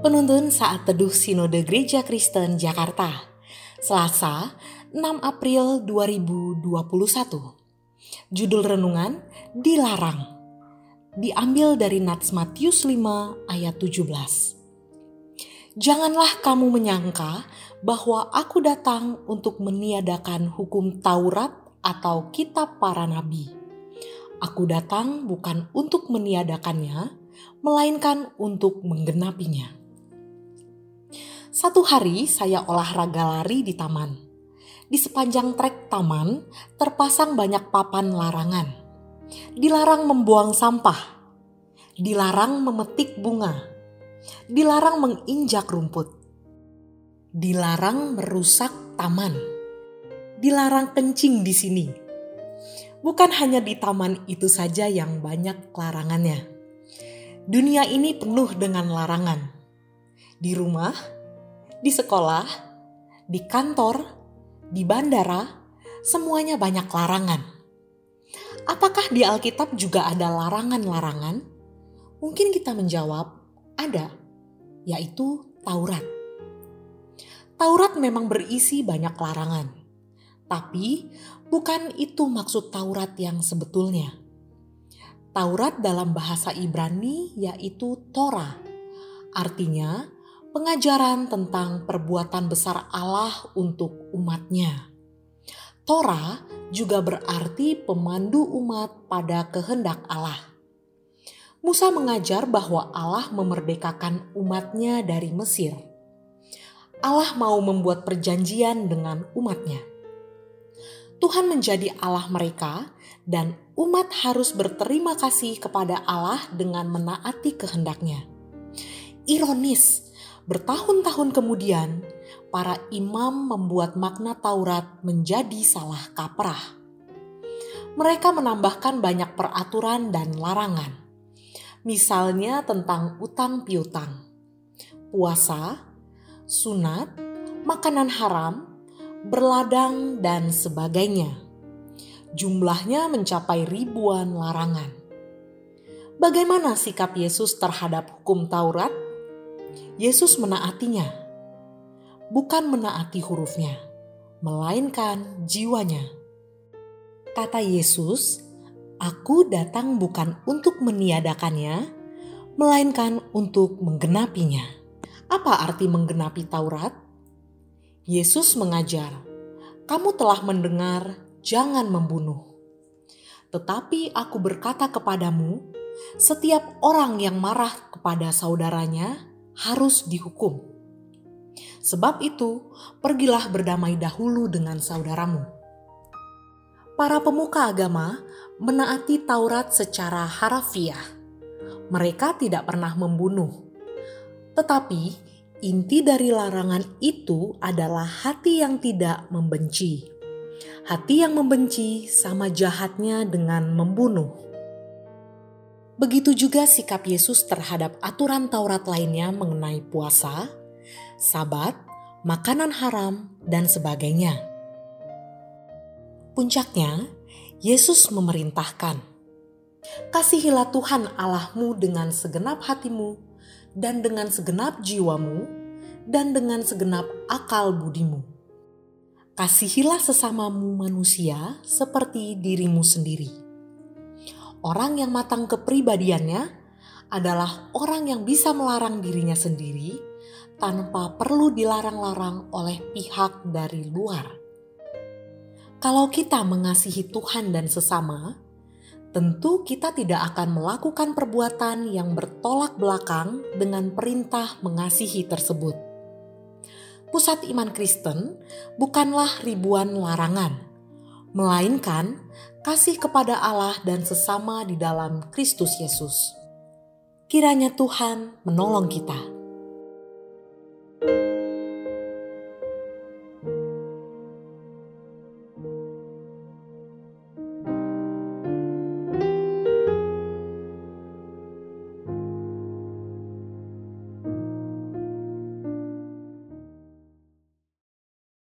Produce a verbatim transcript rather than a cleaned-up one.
Penuntun Saat Teduh Sinode Gereja Kristen Jakarta, Selasa, enam April dua ribu dua puluh satu. Judul renungan, Dilarang. Diambil dari Nats Matius lima ayat tujuh belas. Janganlah kamu menyangka bahwa aku datang untuk meniadakan hukum Taurat atau kitab para nabi. Aku datang bukan untuk meniadakannya, melainkan untuk menggenapinya. Satu hari saya olahraga lari di taman. Di sepanjang trek taman terpasang banyak papan larangan. Dilarang membuang sampah. Dilarang memetik bunga. Dilarang menginjak rumput. Dilarang merusak taman. Dilarang kencing di sini. Bukan hanya di taman itu saja yang banyak larangannya. Dunia ini penuh dengan larangan. Di rumah, di sekolah, di kantor, di bandara, semuanya banyak larangan. Apakah di Alkitab juga ada larangan-larangan? Mungkin kita menjawab, ada, yaitu Taurat. Taurat memang berisi banyak larangan, tapi bukan itu maksud Taurat yang sebetulnya. Taurat dalam bahasa Ibrani yaitu Torah, artinya pengajaran tentang perbuatan besar Allah untuk umatnya. Torah juga berarti pemandu umat pada kehendak Allah. Musa mengajar bahwa Allah memerdekakan umatnya dari Mesir. Allah mau membuat perjanjian dengan umatnya. Tuhan menjadi Allah mereka dan umat harus berterima kasih kepada Allah dengan menaati kehendaknya. Ironis, bertahun-tahun kemudian, para imam membuat makna Taurat menjadi salah kaprah. Mereka menambahkan banyak peraturan dan larangan. Misalnya tentang utang piutang, puasa, sunat, makanan haram, berladang, dan sebagainya. Jumlahnya mencapai ribuan larangan. Bagaimana sikap Yesus terhadap hukum Taurat? Yesus menaatinya, bukan menaati hurufnya, melainkan jiwanya. Kata Yesus, "Aku datang bukan untuk meniadakannya, melainkan untuk menggenapinya." Apa arti menggenapi Taurat? Yesus mengajar, "Kamu telah mendengar, jangan membunuh. Tetapi aku berkata kepadamu, setiap orang yang marah kepada saudaranya harus dihukum. Sebab itu, pergilah berdamai dahulu dengan saudaramu." Para pemuka agama menaati Taurat secara harafiah. Mereka tidak pernah membunuh. Tetapi inti dari larangan itu adalah hati yang tidak membenci. Hati yang membenci sama jahatnya dengan membunuh. Begitu juga sikap Yesus terhadap aturan Taurat lainnya mengenai puasa, Sabat, makanan haram, dan sebagainya. Puncaknya, Yesus memerintahkan, "Kasihilah Tuhan Allahmu dengan segenap hatimu, dan dengan segenap jiwamu, dan dengan segenap akal budimu. Kasihilah sesamamu manusia seperti dirimu sendiri." Orang yang matang kepribadiannya adalah orang yang bisa melarang dirinya sendiri tanpa perlu dilarang-larang oleh pihak dari luar. Kalau kita mengasihi Tuhan dan sesama, tentu kita tidak akan melakukan perbuatan yang bertolak belakang dengan perintah mengasihi tersebut. Pusat iman Kristen bukanlah ribuan larangan, melainkan kasih kepada Allah dan sesama di dalam Kristus Yesus. Kiranya Tuhan menolong kita.